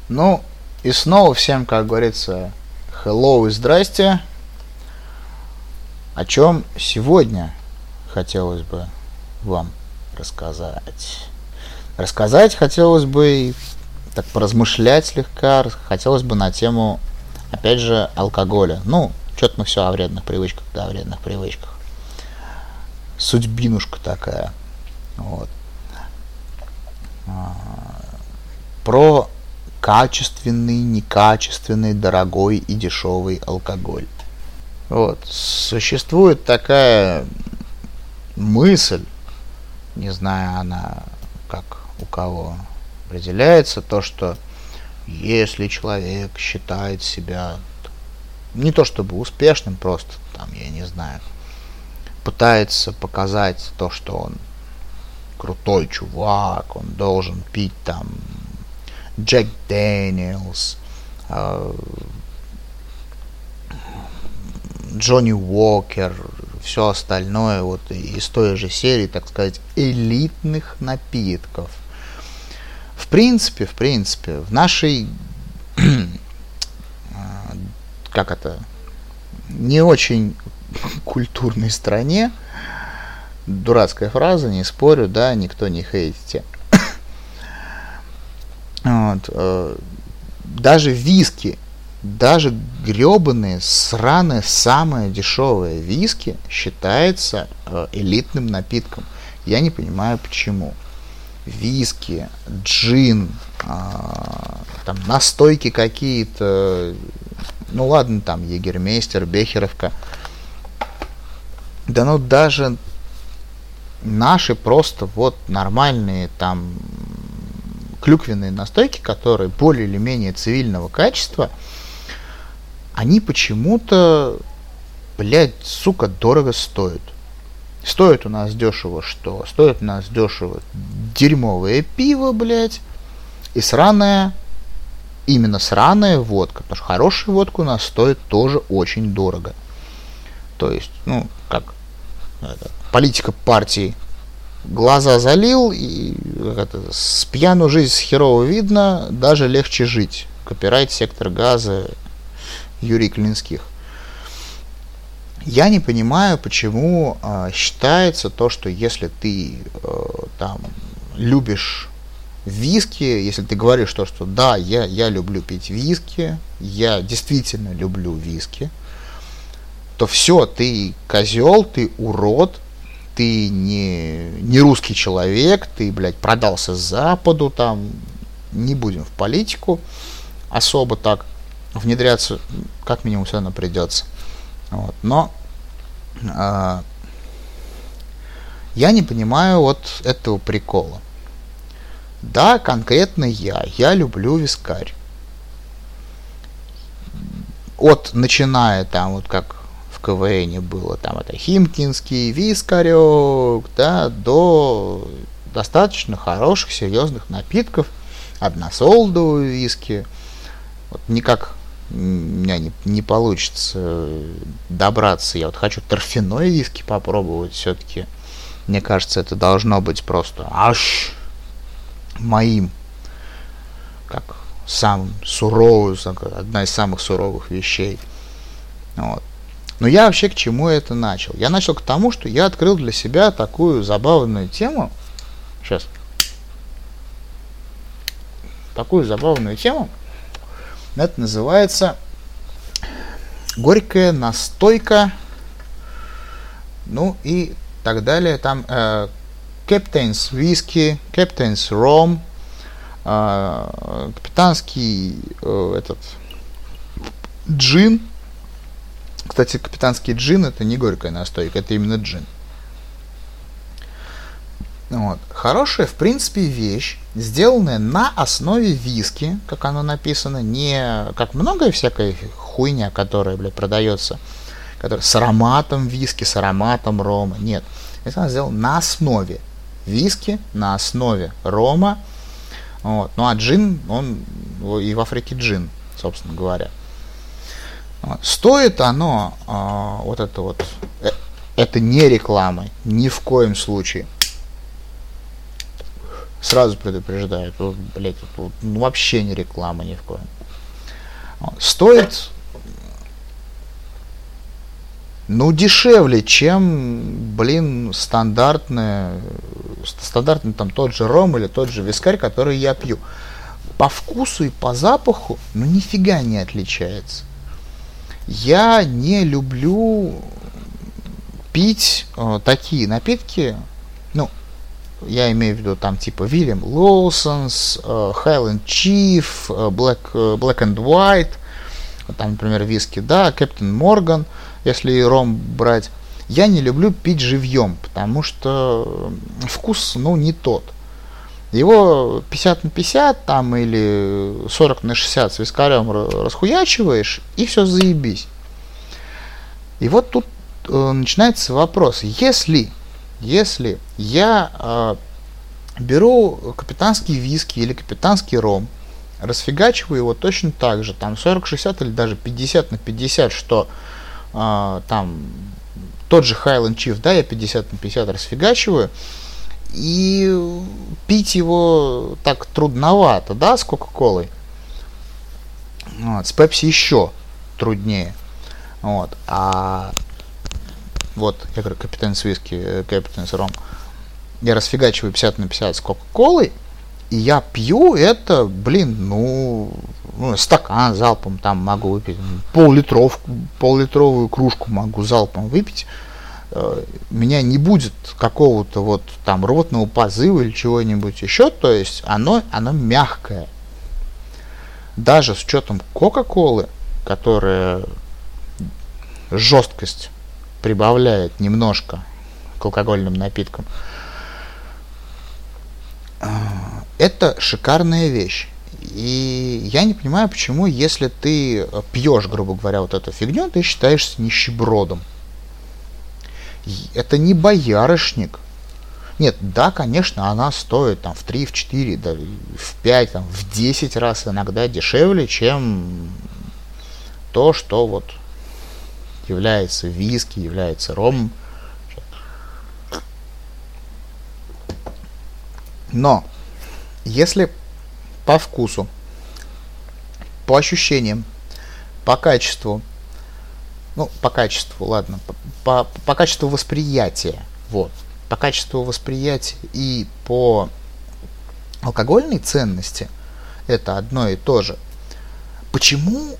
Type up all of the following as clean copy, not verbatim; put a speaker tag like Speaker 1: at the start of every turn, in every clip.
Speaker 1: Ну, и снова всем, как говорится, hello и здрасте. О чем сегодня хотелось бы вам рассказать? Рассказать хотелось бы, так поразмышлять слегка, хотелось бы на тему, опять же, алкоголя. Ну, что-то мы все о вредных привычках, да, о вредных привычках. Судьбинушка такая. Вот. Про качественный, некачественный, дорогой и дешевый алкоголь. Вот. Существует такая мысль, не знаю она как у кого определяется, то что если человек считает себя не то чтобы успешным, просто там, я не знаю, пытается показать то, что он крутой чувак, он должен пить там Джек Дэниелс, Джонни Уокер, все остальное вот из той же серии, так сказать, элитных напитков. В принципе, в нашей как это, не очень культурной стране, дурацкая фраза, не спорю, да, никто не хейтите. Вот, даже виски, даже гребаные, сраные, самое дешевое виски считается элитным напитком. Я не понимаю почему. Виски, джин, там настойки какие-то, ну ладно, там егермейстер, бехеровка. Да ну даже наши просто вот нормальные там клюквенные настойки, которые более или менее цивильного качества, они почему-то, блядь, сука, дорого стоят. Стоит у нас дешево что? Стоит у нас дешево дерьмовое пиво, блядь, и сраная, именно сраная водка. Потому что хорошая водка у нас стоит тоже очень дорого. То есть, ну, как это, политика партии. Глаза залил, и это, с пьяну жизнь с херово видно, даже легче жить. Копирайт «Сектор газа», Юрий Клинских. Я не понимаю, почему считается то, что если ты там любишь виски, если ты говоришь то, что да, я люблю пить виски, я действительно люблю виски, то все, ты козел, ты урод, ты не русский человек, ты, блядь, продался Западу, там, не будем в политику особо так внедряться, как минимум все равно придется. Вот. Но я не понимаю вот этого прикола. Да, конкретно я люблю вискарь. Начиная там, вот как в КВН было, там это Химкинский вискарек, да, до достаточно хороших, серьезных напитков, односолодового виски. Вот никак у меня не получится добраться. Я вот хочу торфяной виски попробовать все-таки. Мне кажется, это должно быть просто аж моим, как самым суровым, одна из самых суровых вещей. Вот. Но я вообще к чему это начал? Я начал к тому, что я открыл для себя такую забавную тему. Сейчас. Такую забавную тему. Это называется горькая настойка, ну и так далее. Там Captain's Whisky, Captain's Rum, капитанский этот джин. Кстати, капитанский джин это не горькая настойка, это именно джин. Вот. Хорошая, в принципе, вещь, сделанная на основе виски, как оно написано, не как многое всякая хуйня, которая, блядь, продается, которая с ароматом виски, с ароматом рома. Нет. Это она сделана на основе виски, на основе рома. Вот. Ну а джин, он и в Африке джин, собственно говоря. Вот. Стоит оно, это не реклама, ни в коем случае. Сразу предупреждаю, тут, блядь, тут вообще не реклама ни в коем. Стоит, ну, дешевле, чем, блин, стандартный там тот же ром или тот же вискарь, который я пью. По вкусу и по запаху, ну, нифига не отличается. Я не люблю пить такие напитки, ну, я имею в виду там типа William Lawson's, Highland Chief, Black and White, там, например, виски, да, Captain Morgan, если ром брать. Я не люблю пить живьем, потому что вкус, ну, не тот. Его 50 на 50 там, или 40 на 60 с вискарем расхуячиваешь, и все, заебись. И вот тут начинается вопрос. Если я беру капитанский виски или капитанский ром, расфигачиваю его точно так же, там 40-60 или даже 50 на 50, что там тот же Highland Chief, да, я 50 на 50 расфигачиваю, и пить его так трудновато, да, с Кока-Колой. Вот, с Пепси еще труднее. Вот, а вот, я говорю, Капитан с виски, Капитан с ром. Я расфигачиваю 50 на 50 с Кока-Колой, и я пью это, блин, ну стакан залпом там могу выпить, пол-литровую кружку могу залпом выпить. Меня не будет какого-то вот там рвотного позыва или чего-нибудь еще, то есть оно мягкое. Даже с учетом Кока-Колы, которая жесткость прибавляет немножко к алкогольным напиткам, это шикарная вещь. И я не понимаю, почему, если ты пьешь, грубо говоря, вот эту фигню, ты считаешься нищебродом. Это не боярышник. Нет, да, конечно, она стоит там в 3, в 4, да, в 5, там, в 10 раз иногда дешевле, чем то, что вот является виски, является ромом. Но если по вкусу, по ощущениям, по качеству, ну, по качеству, ладно, по качеству восприятия, вот, по качеству восприятия и по алкогольной ценности это одно и то же. Почему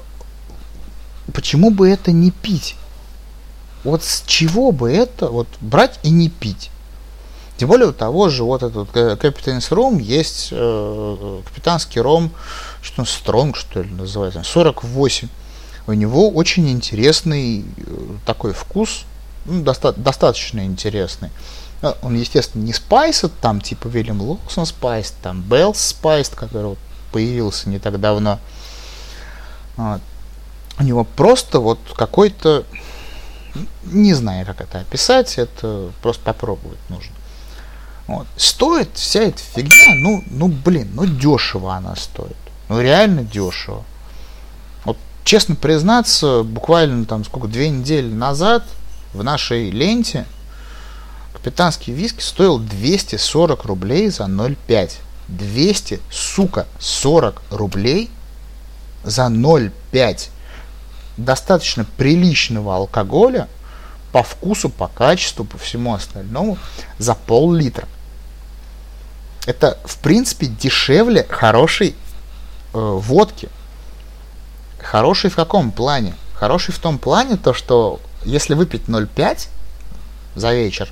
Speaker 1: бы это не пить? Вот с чего бы это вот брать и не пить? Тем более у того же вот этот Captain's Rum есть капитанский ром, что он Strong, что ли, называется, 48. У него очень интересный такой вкус, ну, достаточно интересный. Он, естественно, не спайсед, там типа William Lawson Spiced, там Bell's Spiced, который вот появился не так давно. Вот. У него просто вот какой-то, не знаю, как это описать, это просто попробовать нужно. Вот. Стоит вся эта фигня, ну дешево она стоит. Ну реально дешево. Вот, честно признаться, буквально там 2 недели назад в нашей ленте капитанский виски стоил 240 рублей за 0,5. 240 рублей за 0,5. Достаточно приличного алкоголя по вкусу, по качеству, по всему остальному за пол-литра. Это, в принципе, дешевле хорошей водки. Хороший в каком плане? Хороший в том плане, то, что если выпить 0,5 за вечер,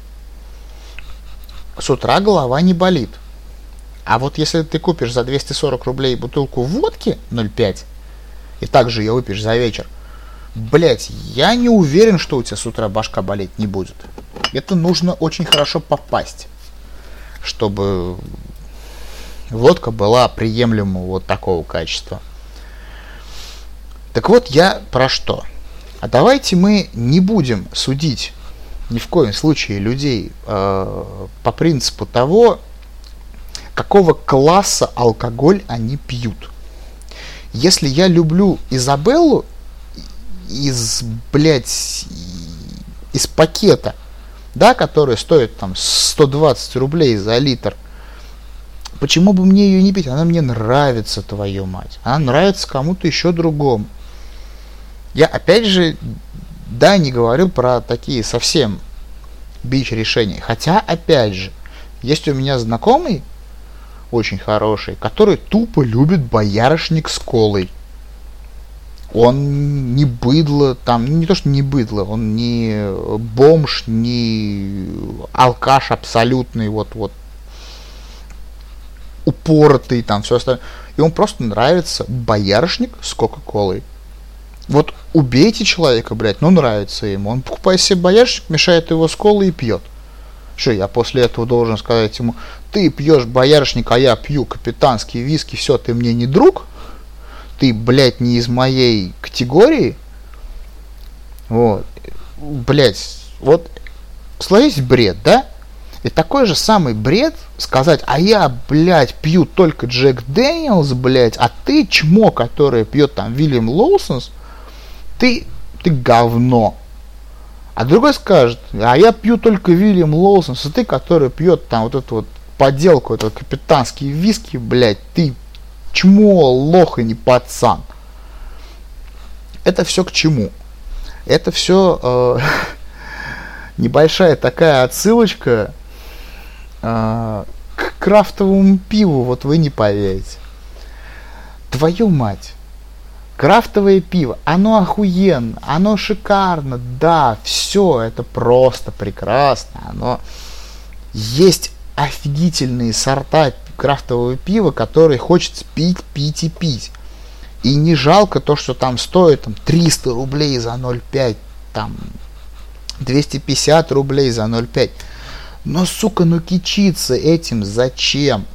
Speaker 1: с утра голова не болит. А вот если ты купишь за 240 рублей бутылку водки 0,5 и также ее выпьешь за вечер, блять, я не уверен, что у тебя с утра башка болеть не будет. Это нужно очень хорошо попасть, чтобы водка была приемлемого вот такого качества. Так вот, я про что? А давайте мы не будем судить ни в коем случае людей по принципу того, какого класса алкоголь они пьют. Если я люблю Изабеллу из пакета, да, который стоит там 120 рублей за литр, почему бы мне ее не пить? Она мне нравится, твою мать. Она нравится кому-то еще другому. Я опять же, да, не говорю про такие совсем бич-решения. Хотя, опять же, есть у меня знакомый, очень хороший, который тупо любит боярышник с колой. Он не быдло, там, не то что не быдло, он не бомж, не алкаш абсолютный, вот упоротый, там, все остальное. И он просто нравится боярышник с кока-колой. Вот убейте человека, блядь, но нравится ему. Он покупает себе боярышник, мешает его с колой и пьет. Что, я после этого должен сказать ему: ты пьешь боярышник, а я пью капитанский виски, все, ты мне не друг? Ты, блядь, не из моей категории? Вот. Блядь, вот словись бред, да? И такой же самый бред сказать: а я, блядь, пью только Джек Дэниелс, блядь, а ты, чмо, которое пьет там Вильям Лоусонс, ты говно. А другой скажет: а я пью только Вильям Лоусонс, а ты, который пьет там вот эту вот подделку, этот капитанский виски, блядь, ты чмо, лох и не пацан. Это все к чему? Это все небольшая такая отсылочка к крафтовому пиву, вот вы не поверите. Твою мать. Крафтовое пиво, оно охуенно, оно шикарно, да, все, это просто прекрасно, оно есть офигительные сорта крафтового пива, которые хочется пить, пить и пить. И не жалко то, что там стоит там, 300 рублей за 0,5, там 250 рублей за 0,5. Но, сука, ну кичиться этим зачем?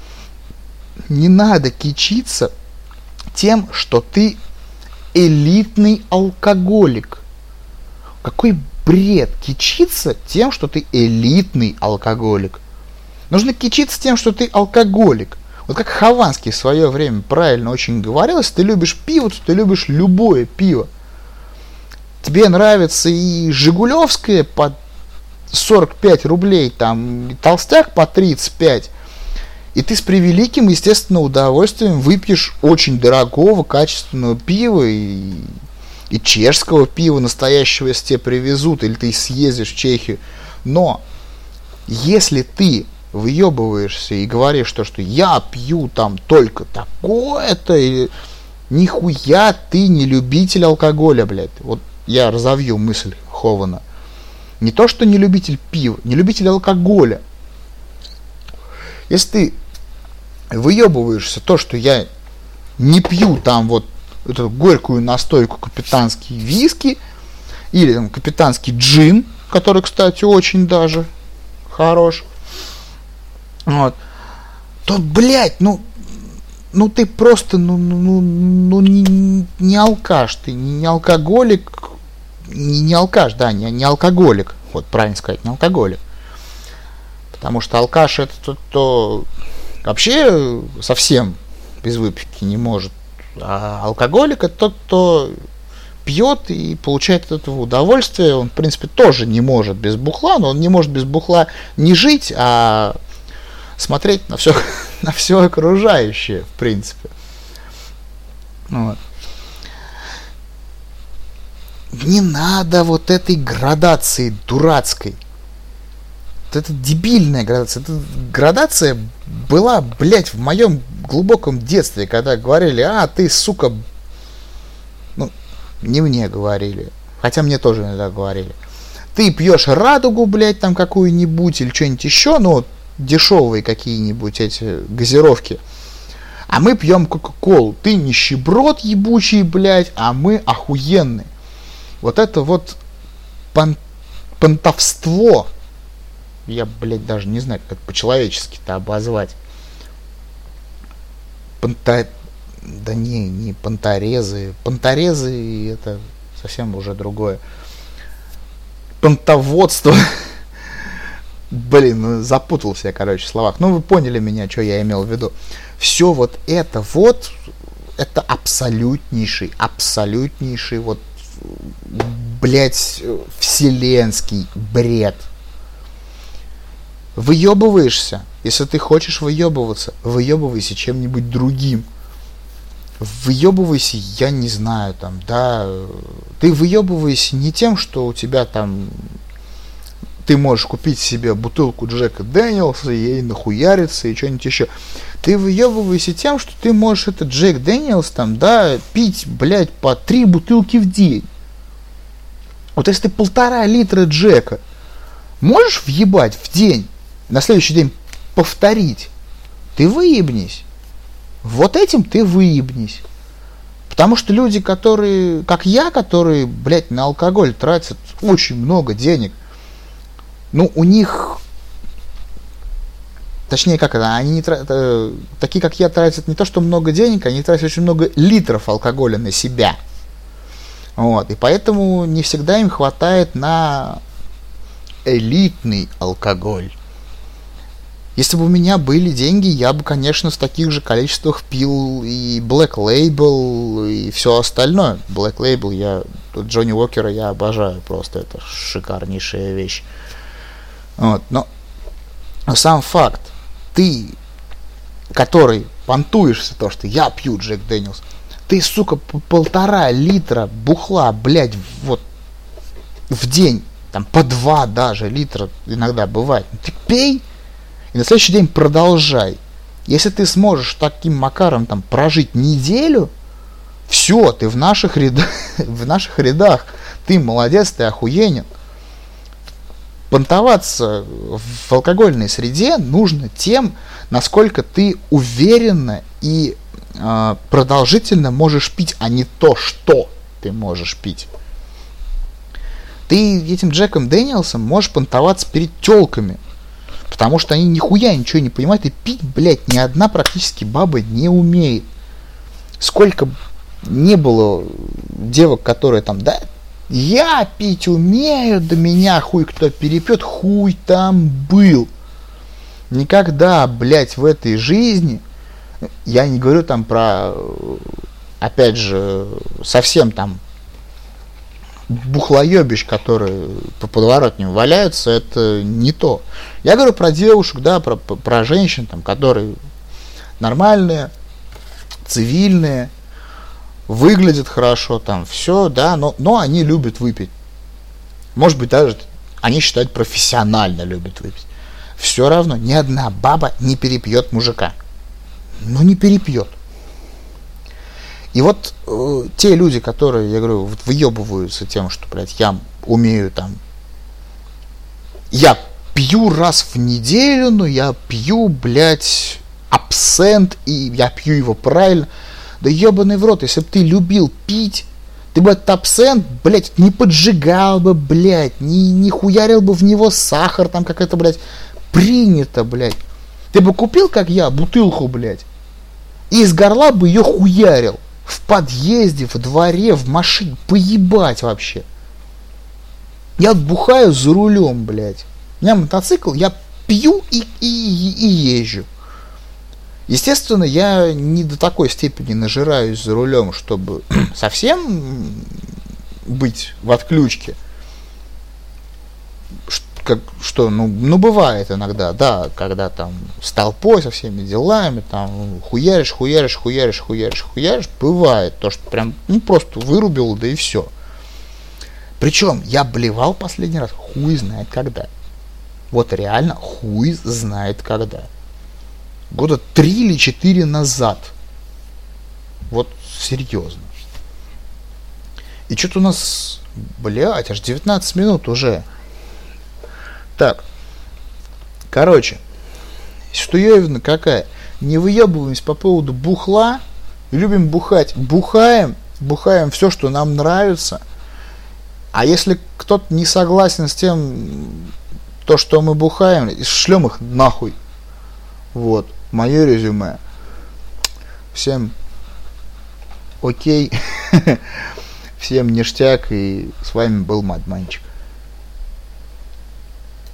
Speaker 1: Не надо кичиться тем, что ты элитный алкоголик. Какой бред кичиться тем, что ты элитный алкоголик. Нужно кичиться тем, что ты алкоголик. Вот как Хованский в свое время правильно очень говорил: если ты любишь пиво, то ты любишь любое пиво. Тебе нравится и Жигулевское по 45 рублей, там, и Толстяк по 35. И ты с превеликим, естественно, удовольствием выпьешь очень дорогого, качественного пива и чешского пива настоящего, если тебе привезут, или ты съездишь в Чехию. Но если ты выебываешься и говоришь, что я пью там только такое-то, и нихуя ты не любитель алкоголя, блядь. Вот я разовью мысль Хована. Не то, что не любитель пива, не любитель алкоголя. Если ты выебываешься то, что я не пью там вот эту горькую настойку капитанский виски или там капитанский джин, который, кстати, очень даже хорош, вот, то, блядь, ну ты просто, не алкаш, ты не алкоголик, не алкаш, да, не алкоголик, вот правильно сказать, не алкоголик. Потому что алкаш это тот, кто вообще совсем без выпивки не может. А алкоголик это тот, кто пьет и получает от этого удовольствие. Он, в принципе, тоже не может без бухла, но он не может без бухла не жить, а смотреть на все, на все окружающее, в принципе. Вот. Не надо вот этой градации дурацкой. Это дебильная градация. Эта градация была, блядь, в моем глубоком детстве, когда говорили: а, ты, сука... Ну, не мне говорили. Хотя мне тоже иногда говорили. Ты пьешь радугу, блядь, там какую-нибудь, или что-нибудь еще, ну, дешевые какие-нибудь эти газировки. А мы пьем кока-колу. Ты нищеброд ебучий, блядь, а мы охуенные. Вот это вот понтовство. Я, блядь, даже не знаю, как это по-человечески-то обозвать. Да не понторезы. Понторезы это совсем уже другое. Понтоводство. Блин, запутался я, короче, в словах. Ну, вы поняли меня, что я имел в виду. Все вот, это абсолютнейший, вот, блядь, вселенский бред. Выебываешься, Если ты хочешь выебываться, выебывайся чем-нибудь другим. Выебывайся, я не знаю, там, да, ты выебывайся не тем, что у тебя там, ты можешь купить себе бутылку Джека Дэниелса, ей нахуяриться и что-нибудь еще. Ты выебывайся тем, что ты можешь этот Джек Дэниелс там, да, пить, блядь, по 3 бутылки в день. Вот если ты 1,5 литра Джека можешь въебать в день, на следующий день повторить, ты выебнись. Вот этим ты выебнись. Потому что люди, которые, как я, которые, блядь, на алкоголь тратят очень много денег, ну, у них, точнее, как это, они не тратят, такие, как я, тратят не то, что много денег, они тратят очень много литров алкоголя на себя. Вот, и поэтому не всегда им хватает на элитный алкоголь. Если бы у меня были деньги, я бы, конечно, в таких же количествах пил и Black Label, и все остальное. Black Label, Джонни Уокера я обожаю просто, это шикарнейшая вещь. Вот, но сам факт, ты, который понтуешься, то, что я пью Джек Дэниелс, ты, сука, 1,5 литра бухла, блядь, вот, в день, там, по 2 даже литра иногда бывает. Ты пей, и на следующий день продолжай. Если ты сможешь таким макаром там прожить неделю, все, ты в наших рядах, ты молодец, ты охуенен. Понтоваться в алкогольной среде нужно тем, насколько ты уверенно и продолжительно можешь пить, а не то, что ты можешь пить. Ты этим Джеком Дэниелсом можешь понтоваться перед тёлками, потому что они нихуя ничего не понимают, и пить, блядь, ни одна практически баба не умеет. Сколько не было девок, которые там, да, я пить умею, да меня хуй кто перепьет, хуй там был. Никогда, блядь, в этой жизни, я не говорю там про, опять же, совсем там бухлоебищ, которые по подворотням валяются, это не то. Я говорю про девушек, да, про женщин, там, которые нормальные, цивильные, выглядят хорошо, там, все, да, но они любят выпить. Может быть, даже они считают, профессионально любят выпить. Все равно ни одна баба не перепьет мужика. Ну, не перепьет. И вот те люди, которые, я говорю, вот выебываются тем, что, блядь, я умею там, я пью раз в неделю, но я пью, блядь, абсент, и я пью его правильно. Да ебаный в рот, если бы ты любил пить, ты бы этот абсент, блядь, не поджигал бы, блядь, не хуярил бы в него сахар, там, как это, блядь, принято, блядь. Ты бы купил, как я, бутылку, блядь, и из горла бы ее хуярил. В подъезде, в дворе, в машине, поебать вообще. Я бухаю за рулем, блядь. У меня мотоцикл, я пью и езжу. Естественно, я не до такой степени нажираюсь за рулем, чтобы совсем быть в отключке. Ну, бывает иногда, да, когда там с толпой, со всеми делами, там, хуяришь, бывает то, что прям, просто вырубил, да и все. Причем я блевал последний раз, хуй знает когда. Вот реально, хуй знает когда. Года 3 или 4 назад. Вот серьезно. И что-то у нас, блядь, аж 19 минут уже. Так, короче, ситуевина какая? Не выебываемся по поводу бухла, любим бухать, бухаем все, что нам нравится. А если кто-то не согласен с тем, то, что мы бухаем, шлем их нахуй. Вот, мое резюме. Всем окей, всем ништяк, и с вами был Мадманчик.